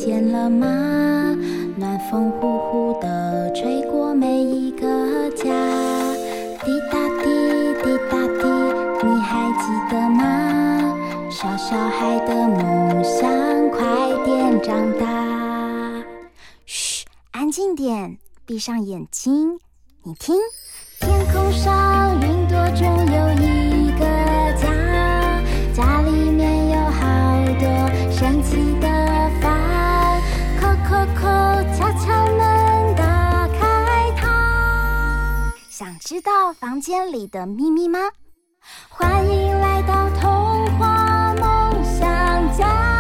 见了吗？暖风呼呼地吹过每一个家，滴答滴，滴答滴，你还记得吗？小小孩的梦想，快点长大。嘘，安静点，闭上眼睛，你听，天空上云朵中有一个家，家里面有好多神奇的饭，叩叩叩，敲敲门，打开它。想知道房间里的秘密吗？欢迎来到童话梦想家。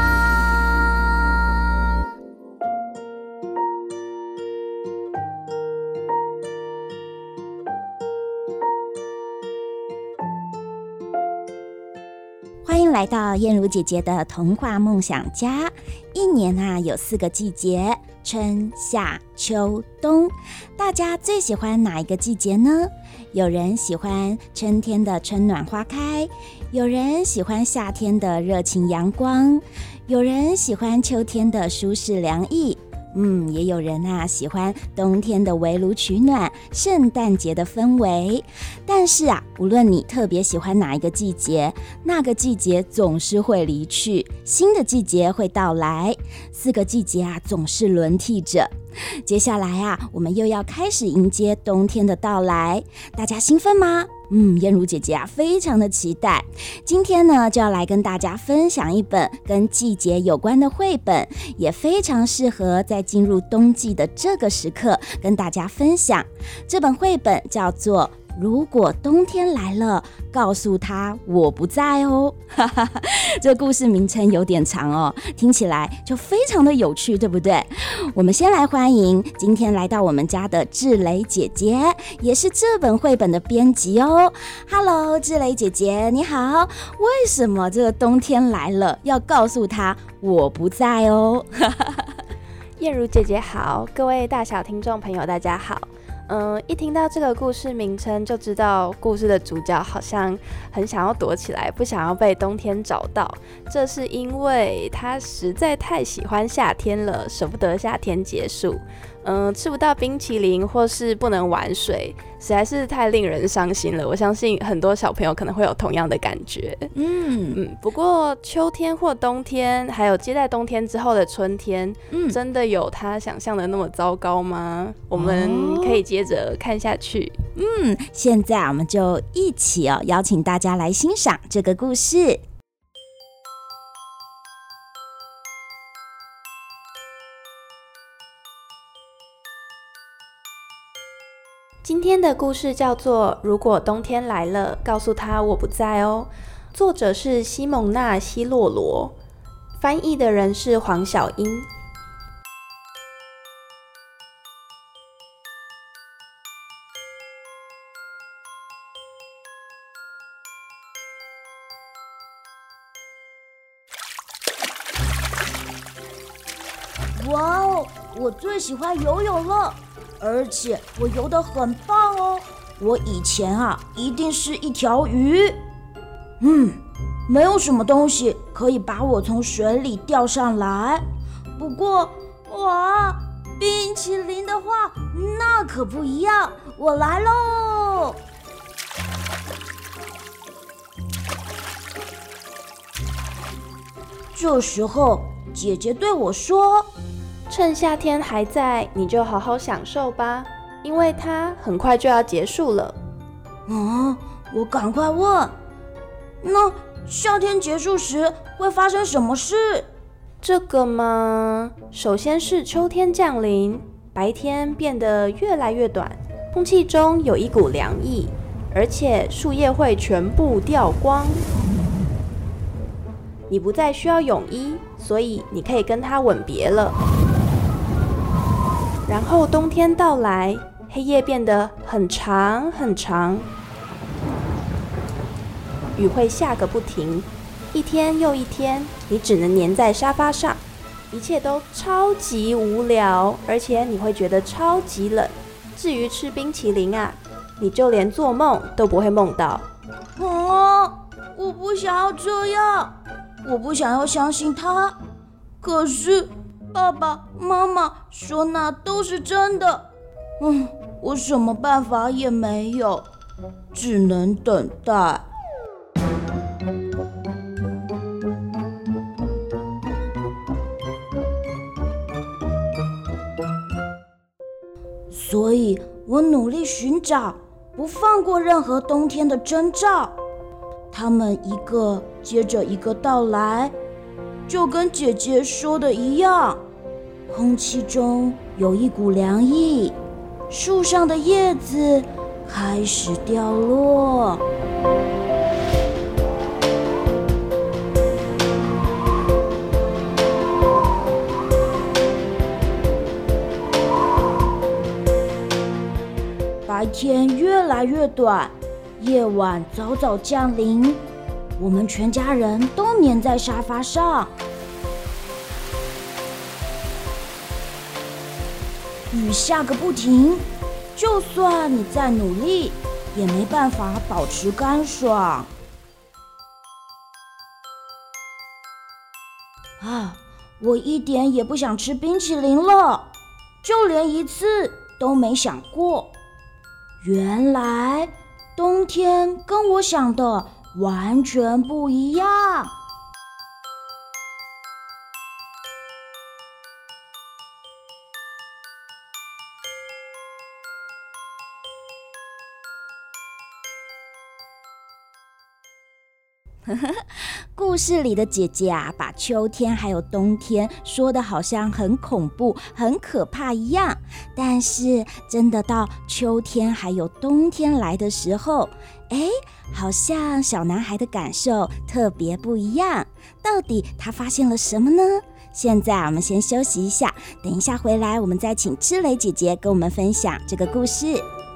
欢迎来到燕如姐姐的童话梦想家。一年有4个季节，春夏秋冬。大家最喜欢哪一个季节呢？有人喜欢春天的春暖花开，有人喜欢夏天的热情阳光，有人喜欢秋天的舒适凉意，也有人喜欢冬天的围炉取暖，圣诞节的氛围。但是无论你特别喜欢哪一个季节，那个季节总是会离去，新的季节会到来。4个季节总是轮替着。接下来我们又要开始迎接冬天的到来，大家兴奋吗？燕如姐姐非常的期待。今天呢，就要来跟大家分享一本跟季节有关的绘本，也非常适合在进入冬季的这个时刻跟大家分享。这本绘本叫做如果冬天来了，告诉他我不在哦。这故事名称有点长哦，听起来就非常的有趣，对不对？我们先来欢迎今天来到我们家的志蕾姐姐，也是这本绘本的编辑哦。Hello， 志蕾姐姐你好。为什么这个冬天来了要告诉他我不在哦？ 燕如姐姐好，各位大小听众朋友大家好。一听到这个故事名称，就知道故事的主角好像很想要躲起来，不想要被冬天找到。这是因为他实在太喜欢夏天了，舍不得夏天结束。吃不到冰淇淋或是不能玩水，实在是太令人伤心了。我相信很多小朋友可能会有同样的感觉。不过秋天或冬天，还有接在冬天之后的春天，真的有他想象的那么糟糕吗？我们可以接着看下去。 现在我们就一起邀请大家来欣赏这个故事。 今天的故事叫做如果冬天来了，告诉他我不在哦。作者是西蒙娜·希洛罗，翻译的人是黄小英。 哇哦，我最喜欢游泳了，而且我游得很棒哦。我以前一定是一条鱼。没有什么东西可以把我从水里钓上来。不过，冰淇淋的话，那可不一样。我来喽！这时候，姐姐对我说：“ 趁夏天还在，你就好好享受吧，因为它很快就要结束了。” 我赶快问，那夏天结束时会发生什么事？ 这个嘛，首先是秋天降临，白天变得越来越短，空气中有一股凉意，而且树叶会全部掉光。你不再需要泳衣，所以你可以跟它吻别了。然后冬天到来，黑夜变得很长很长，雨会下个不停，一天又一天，你只能黏在沙发上，一切都超级无聊，而且你会觉得超级冷。至于吃冰淇淋你就连做梦都不会梦到。 我不想要这样，我不想要相信他，可是爸爸妈妈说那都是真的。我什么办法也没有，只能等待。所以我努力寻找，不放过任何冬天的征兆。他们一个接着一个到来，就跟姐姐说的一样，空气中有一股凉意，树上的叶子开始掉落。白天越来越短，夜晚早早降临，我们全家人都黏在沙发上。雨下个不停，就算你再努力，也没办法保持干爽。我一点也不想吃冰淇淋了，就连一次都没想过。原来冬天跟我想的完全不一样。故事里的姐姐啊，把秋天还有冬天说的好像很恐怖、很可怕一样。但是真的到秋天还有冬天来的时候，好像小男孩的感受特别不一样。到底他发现了什么呢？现在我们先休息一下，等一下回来我们再请志蕾姐姐跟我们分享这个故事。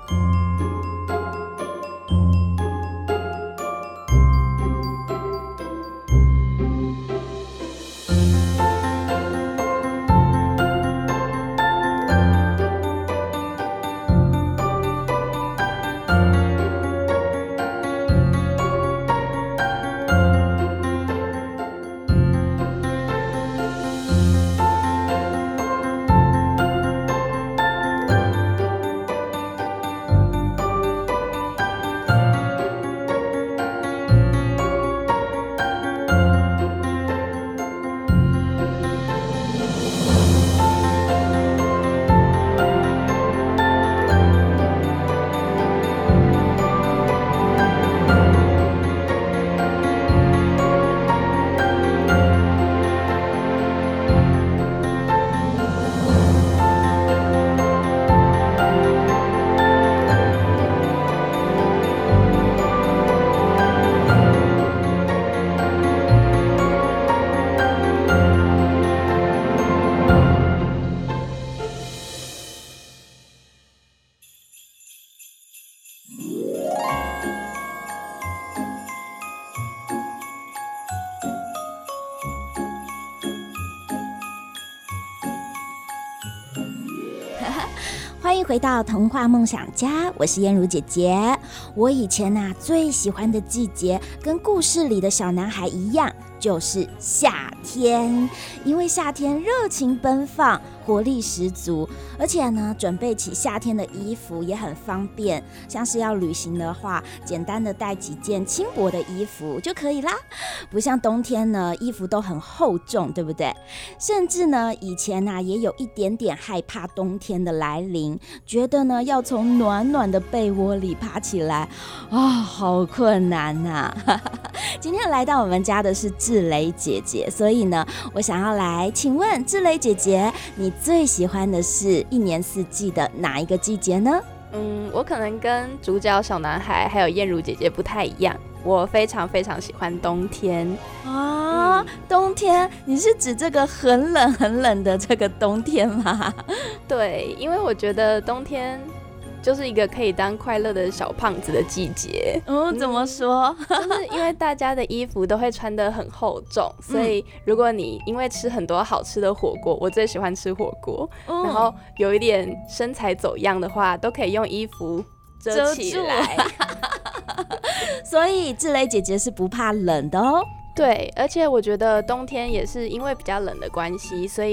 欢迎回到童话梦想家，我是燕如姐姐。我以前最喜欢的季节跟故事里的小男孩一样，就是夏天。因为夏天热情奔放，活力十足，而且准备起夏天的衣服也很方便，像是要旅行的话，简单的带几件轻薄的衣服就可以啦。不像冬天衣服都很厚重，对不对？甚至以前也有一点点害怕冬天的来临，觉得要从暖暖的被窝里爬起来好困难今天来到我们家的是志蕾姐姐，所以我想要来请问志蕾姐姐，你最喜欢的是一年四季的哪一个季节呢？ 我可能跟主角小男孩还有燕如姐姐不太一样，我非常非常喜欢冬天冬天，你是指这个很冷很冷的这个冬天吗？ 对，因为我觉得冬天就是一个可以当快乐的小胖子的季节。 怎么说？ 就是因为大家的衣服都会穿得很厚重，所以如果你因为吃很多好吃的火锅，我最喜欢吃火锅，然后有一点身材走样的话，都可以用衣服遮起来。 所以志蕾姐姐是不怕冷的哦。 对，而且我觉得冬天也是因为比较冷的关系，所以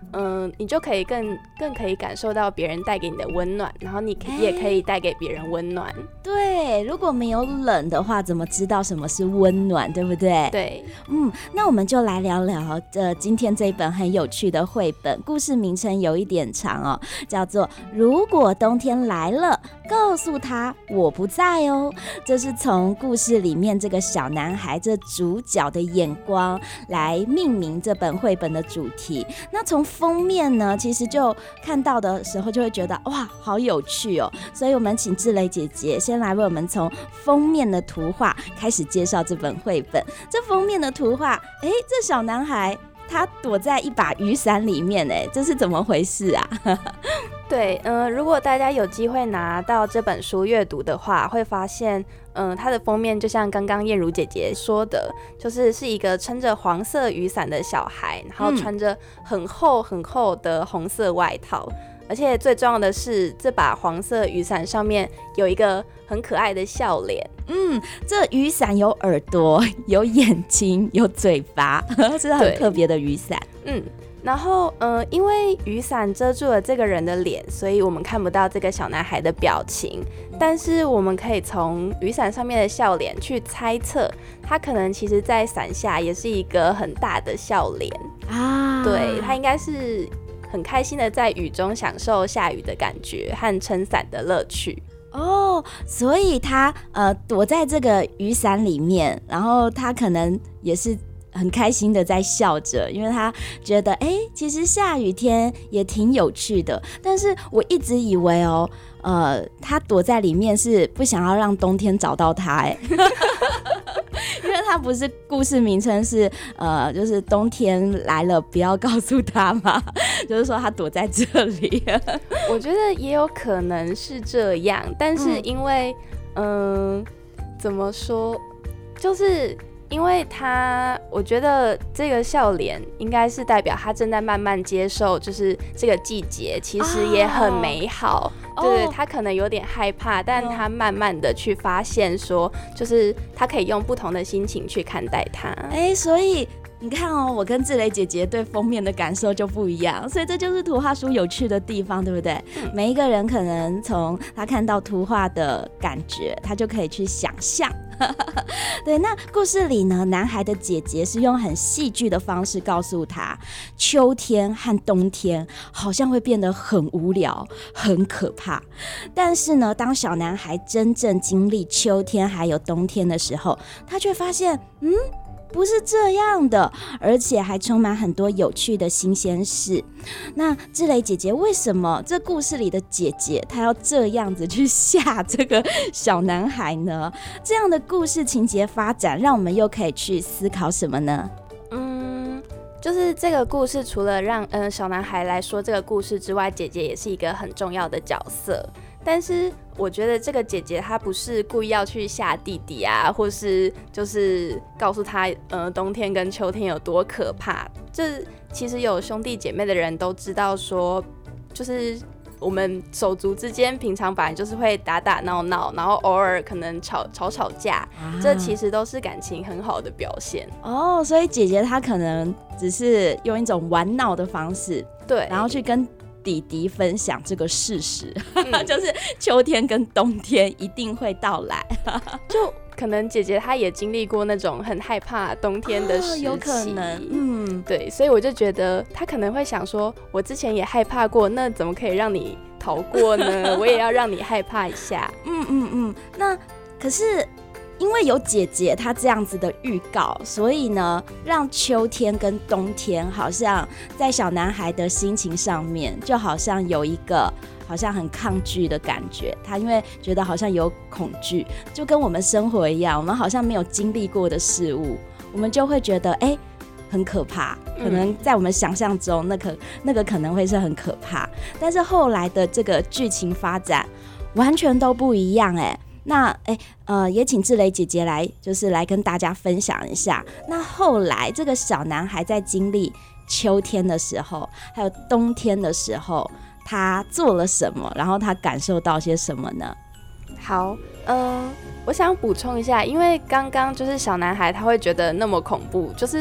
你就可以更可以感受到别人带给你的温暖，然后你也可以带给别人温暖。 对，如果没有冷的话，怎么知道什么是温暖，对不对？ 对， 那我们就来聊聊今天这一本很有趣的绘本，故事名称有一点长哦，叫做《如果冬天来了，告诉他我不在哦》。这是从故事里面这个小男孩这主角的眼光来命名这本绘本的主题。那从封面呢，其实就看到的时候就会觉得哇，好有趣哦。所以我们请志蕾姐姐先来为我们从封面的图画开始介绍这本绘本。这封面的图画，这小男孩他躲在一把雨伞里面，这是怎么回事啊？ 对，如果大家有机会拿到这本书阅读的话，会发现，它的封面就像刚刚燕如姐姐说的，就是一个撑着黄色雨伞的小孩，然后穿着很厚很厚的红色外套，而且最重要的是，这把黄色雨伞上面有一个很可爱的笑脸。 这雨伞有耳朵、有眼睛、有嘴巴，是很特别的雨伞。 然后因为雨伞遮住了这个人的脸，所以我们看不到这个小男孩的表情，但是我们可以从雨伞上面的笑脸去猜测，他可能其实在伞下也是一个很大的笑脸啊。对，他应该是很开心的在雨中享受下雨的感觉和撑伞的乐趣。 所以他躲在这个雨伞里面，然后他可能也是很开心的在笑着，因为他觉得其实下雨天也挺有趣的。但是我一直以为他躲在里面是不想要让冬天找到他因为他不是故事名称是就是冬天来了不要告诉他嘛，就是说他躲在这里。 我觉得也有可能是这样，但是因为怎么说，就是因为我觉得这个笑脸应该是代表他正在慢慢接受，就是这个季节其实也很美好。对，他可能有点害怕，但他慢慢的去发现说，就是他可以用不同的心情去看待它。 所以你看我跟志蕾姐姐对封面的感受就不一样，所以这就是图画书有趣的地方，对不对？每一个人可能从他看到图画的感觉，他就可以去想象。对，那故事里呢，男孩的姐姐是用很戏剧的方式告诉他，秋天和冬天好像会变得很无聊、很可怕。但是呢，当小男孩真正经历秋天还有冬天的时候，他却发现，不是这样的，而且还充满很多有趣的新鲜事。那志蕾姐姐，为什么这故事里的姐姐她要这样子去吓这个小男孩呢？这样的故事情节发展，让我们又可以去思考什么呢？ 就是这个故事除了让小男孩来说这个故事之外，姐姐也是一个很重要的角色。但是我觉得这个姐姐她不是故意要去吓弟弟啊，或是就是告诉他冬天跟秋天有多可怕。这其实有兄弟姐妹的人都知道说，就是我们手足之间平常本来就是会打打闹闹，然后偶尔可能吵架，这其实都是感情很好的表现。 所以姐姐她可能只是用一种玩闹的方式，对，然后去跟弟弟分享这个事实，就是秋天跟冬天一定会到来。 就可能姐姐她也经历过那种很害怕冬天的时期， 有可能， 对，所以我就觉得她可能会想说，我之前也害怕过，那怎么可以让你逃过呢？我也要让你害怕一下。 那可是因为有姐姐她这样子的预告，所以呢，让秋天跟冬天好像在小男孩的心情上面，就好像有一个好像很抗拒的感觉。他因为觉得好像有恐惧，就跟我们生活一样，我们好像没有经历过的事物，我们就会觉得很可怕，可能在我们想象中那个可能会是很可怕。但是后来的这个剧情发展完全都不一样。那也请志蕾姐姐来跟大家分享一下，那后来这个小男孩在经历秋天的时候还有冬天的时候，他做了什么，然后他感受到些什么呢？ 好，我想补充一下，因为刚刚就是小男孩他会觉得那么恐怖，就是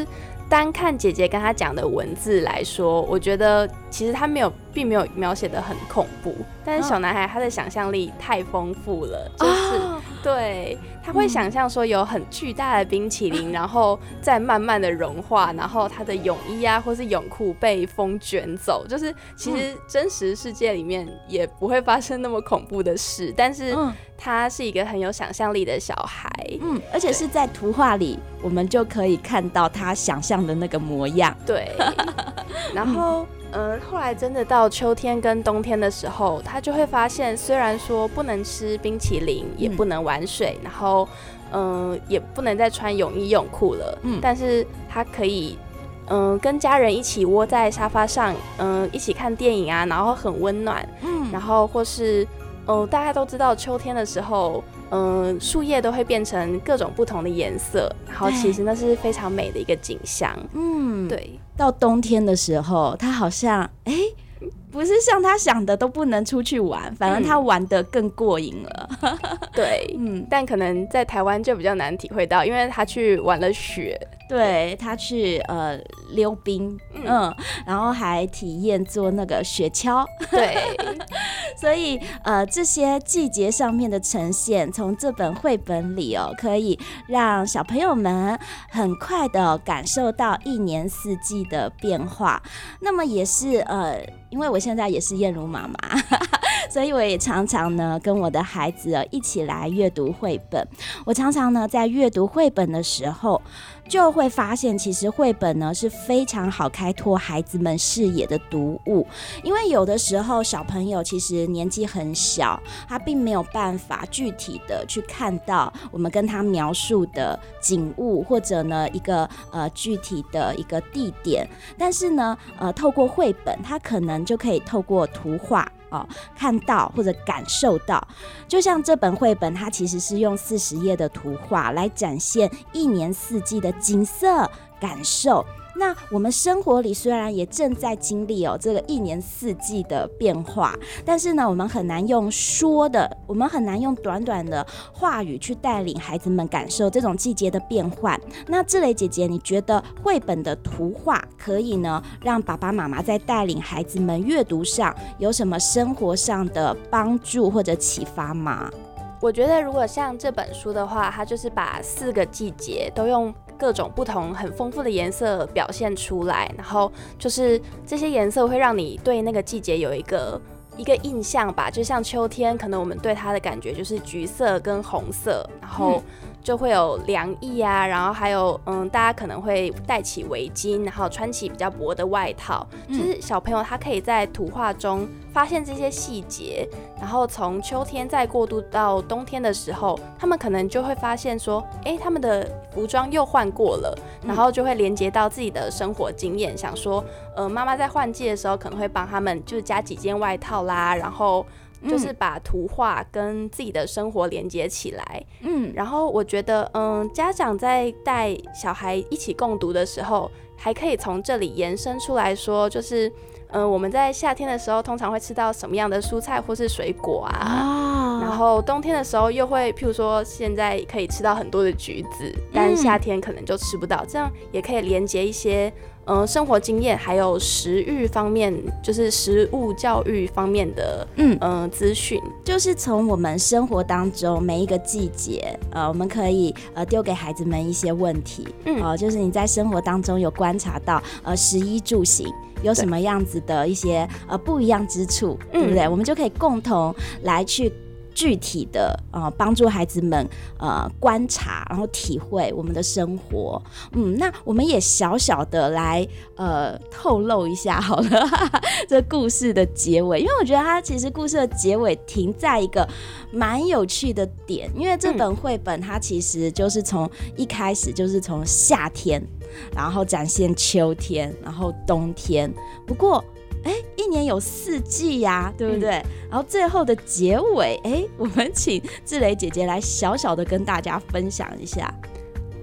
单看姐姐跟她讲的文字来说，我觉得其实她并没有描写的很恐怖，但是小男孩他的想象力太丰富了，就是对，他会想象说有很巨大的冰淇淋，然后再慢慢的融化，然后他的泳衣啊或是泳裤被风卷走，就是其实真实世界里面也不会发生那么恐怖的事，但是他是一个很有想象力的小孩， 而且是在图画里我们就可以看到他想象的那个模样。 对，然后后来真的到秋天跟冬天的时候，他就会发现，虽然说不能吃冰淇淋，也不能玩水，然后也不能再穿泳衣泳裤了，但是他可以跟家人一起窝在沙发上，一起看电影啊，然后很温暖，然后或是大家都知道秋天的时候，树叶都会变成各种不同的颜色，然后其实那是非常美的一个景象。对。 到冬天的时候，他好像不是像他想的都不能出去玩，反而他玩得更过瘾了。 对，但可能在台湾就比较难体会到，因为他去玩了雪。 对，他去溜冰，然后还体验做那个雪橇。对，所以这些季节上面的呈现，从这本绘本里可以让小朋友们很快的感受到一年四季的变化。那么也是因为我现在也是燕如妈妈，所以我也常常呢跟我的孩子一起来阅读绘本。我常常呢在阅读绘本的时候，就会发现其实绘本呢是非常好开拓孩子们视野的读物，因为有的时候小朋友其实年纪很小，他并没有办法具体的去看到我们跟他描述的景物，或者呢一个具体的一个地点，但是呢透过绘本，他可能就可以透过图画看到或者感受到。就像这本绘本，它其实是用40页的图画来展现一年四季的景色感受。那我们生活里虽然也正在经历这个一年四季的变化，但是呢我们很难用说的，我们很难用短短的话语去带领孩子们感受这种季节的变换。那志蕾姐姐，你觉得绘本的图画可以呢让爸爸妈妈在带领孩子们阅读上有什么生活上的帮助或者启发吗？ 我觉得如果像这本书的话，它就是把4个季节都用各种不同很丰富的颜色表现出来，然后就是这些颜色会让你对那个季节有一个印象吧。就像秋天，可能我们对它的感觉就是橘色跟红色，然后就会有凉意啊，然后还有大家可能会戴起围巾，然后穿起比较薄的外套，就是小朋友他可以在图画中发现这些细节，然后从秋天再过渡到冬天的时候，他们可能就会发现说，他们的服装又换过了，然后就会连接到自己的生活经验，想说妈妈在换季的时候可能会帮他们就是加几件外套啦，然后就是把图画跟自己的生活连接起来。然后我觉得家长在带小孩一起共读的时候，还可以从这里延伸出来说，就是我们在夏天的时候通常会吃到什么样的蔬菜或是水果啊，然后冬天的时候又会譬如说现在可以吃到很多的橘子，但夏天可能就吃不到，这样也可以连接一些生活经验还有食育方面，就是食物教育方面的资讯， 就是从我们生活当中每一个季节我们可以丢给孩子们一些问题，就是你在生活当中有观察到食衣住行有什么样子的一些不一样之处，对不对？我们就可以共同来去具体的帮助孩子们观察，然后体会我们的生活。那我们也小小的来透露一下好了这故事的结尾，因为我觉得它其实故事的结尾停在一个蛮有趣的点，因为这本绘本它其实就是从一开始就是从夏天，然后展现秋天，然后冬天，不过一年有4季呀，对不对？然后最后的结尾，我们请志蕾姐姐来小小的跟大家分享一下。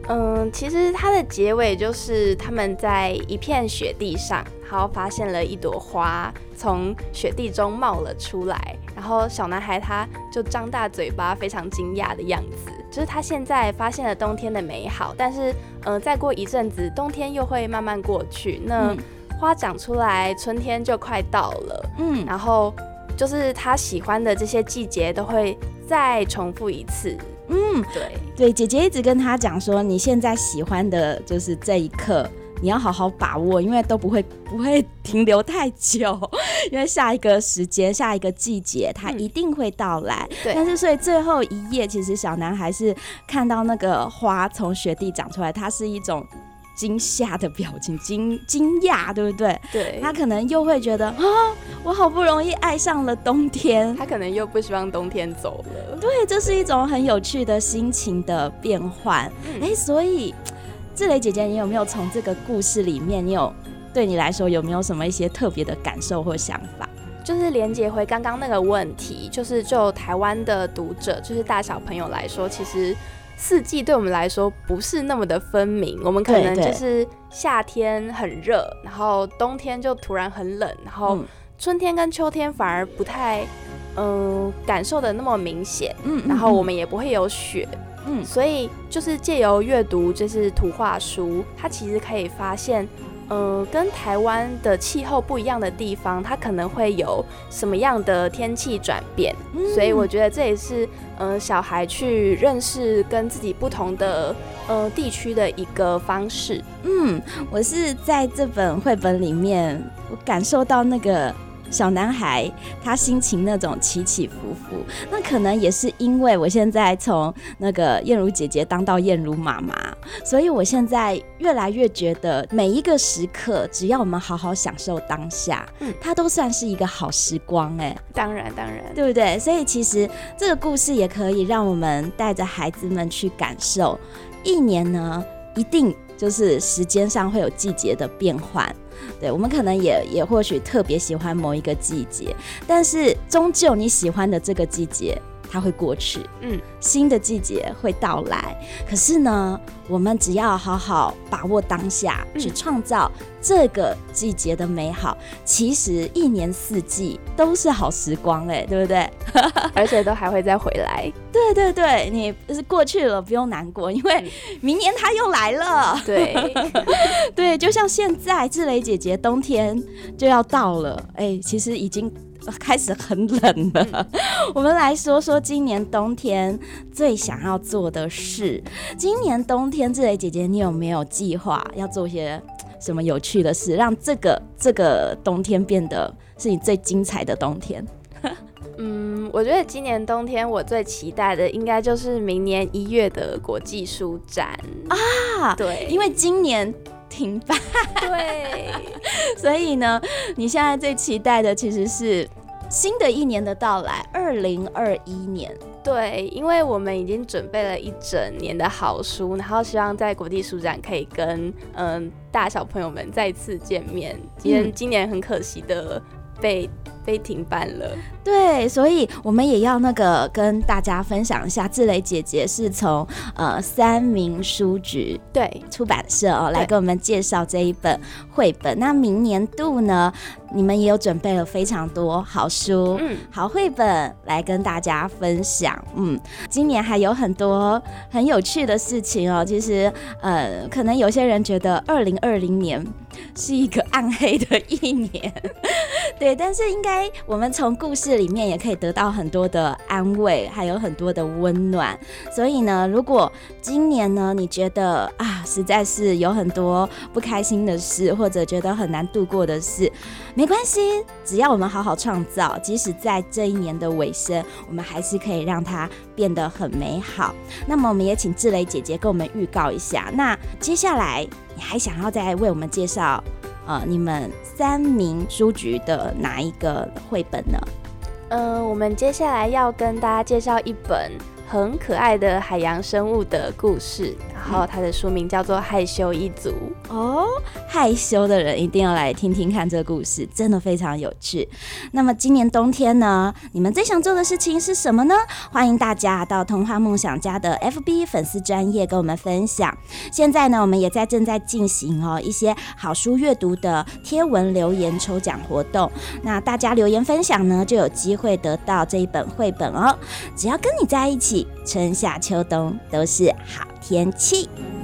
其实它的结尾就是他们在一片雪地上，然后发现了一朵花从雪地中冒了出来，然后小男孩他就张大嘴巴，非常惊讶的样子，就是他现在发现了冬天的美好，但是再过一阵子，冬天又会慢慢过去，那花长出来，春天就快到了，然后就是他喜欢的这些季节都会再重复一次。对， 姐姐一直跟他讲说，你现在喜欢的就是这一刻，你要好好把握，因为都不会停留太久，因为下一个时间、下一个季节，它一定会到来。 对。 但是所以最后一页，其实小男孩是看到那个花从雪地长出来，它是一种惊吓的表情，惊讶，对不对？ 对， 他可能又会觉得我好不容易爱上了冬天， 他可能又不希望冬天走了。 对，这是一种很有趣的心情的变换。所以志蕾姐姐，你有没有从这个故事里面，对你来说有没有什么一些特别的感受或想法？ 就是连接回刚刚那个问题，就台湾的读者，就是大小朋友来说，其实四季对我们来说不是那么的分明，我们可能就是夏天很热，然后冬天就突然很冷，然后春天跟秋天反而不太感受的那么明显，然后我们也不会有雪，所以就是借由阅读就是图画书，它其实可以发现跟台湾的气候不一样的地方，它可能会有什么样的天气转变，所以我觉得这也是小孩去认识跟自己不同的地区的一个方式。 我是在这本绘本里面，我感受到那个小男孩他心情那种起起伏伏，那可能也是因为我现在从那个燕如姐姐当到燕如妈妈，所以我现在越来越觉得每一个时刻，只要我们好好享受当下，它都算是一个好时光。 当然对不对？所以其实这个故事也可以让我们带着孩子们去感受，一年呢一定就是时间上会有季节的变换，对，我们可能也或许特别喜欢某一个季节，但是终究你喜欢的这个季节它会过去，新的季节会到来。可是呢，我们只要好好把握当下，去创造这个季节的美好，其实一年四季都是好时光，对不对？ 而且都还会再回来。 对，你过去了不用难过，因为明年它又来了。对，就像现在志蕾姐姐冬天就要到了，其实已经开始很冷了。我们来说说今年冬天最想要做的事。今年冬天志蕾姐姐，你有没有计划要做些什么有趣的事，让这个冬天变得是你最精彩的冬天？ 我觉得今年冬天我最期待的应该就是明年1月的国际书展啊！对， 因为今年停办， 对， 所以呢，你现在最期待的其实是新的一年的到来，2021年。 对，因为我们已经准备了一整年的好书，然后希望在国际书展可以跟大小朋友们再次见面。今年很可惜的被停办了。 对，所以我们也要跟大家分享一下，志蕾姐姐是从三民书局出版社来跟我们介绍这一本绘本。那明年度呢，你们也有准备了非常多好书、好绘本来跟大家分享。今年还有很多很有趣的事情其实可能有些人觉得2020年是一个暗黑的一年对，但是应该我们从故事里面也可以得到很多的安慰，还有很多的温暖。所以呢，如果今年呢你觉得实在是有很多不开心的事，或者觉得很难度过的事，没关系，只要我们好好创造，即使在这一年的尾声，我们还是可以让它变得很美好。那么我们也请志蕾姐姐跟我们预告一下，那接下来你还想要再为我们介绍你们三民书局的哪一个绘本呢？ 我们接下来要跟大家介绍一本很可爱的海洋生物的故事，然后它的书名叫做《害羞一族》。 哦，害羞的人一定要来听听看这个故事，真的非常有趣。那么今年冬天呢，你们最想做的事情是什么呢？欢迎大家到童话梦想家的 FB 粉丝专页跟我们分享。现在呢，我们也正在进行一些好书阅读的贴文留言抽奖活动。那大家留言分享呢，就有机会得到这一本绘本哦。只要跟你在一起，春夏秋冬都是好天气。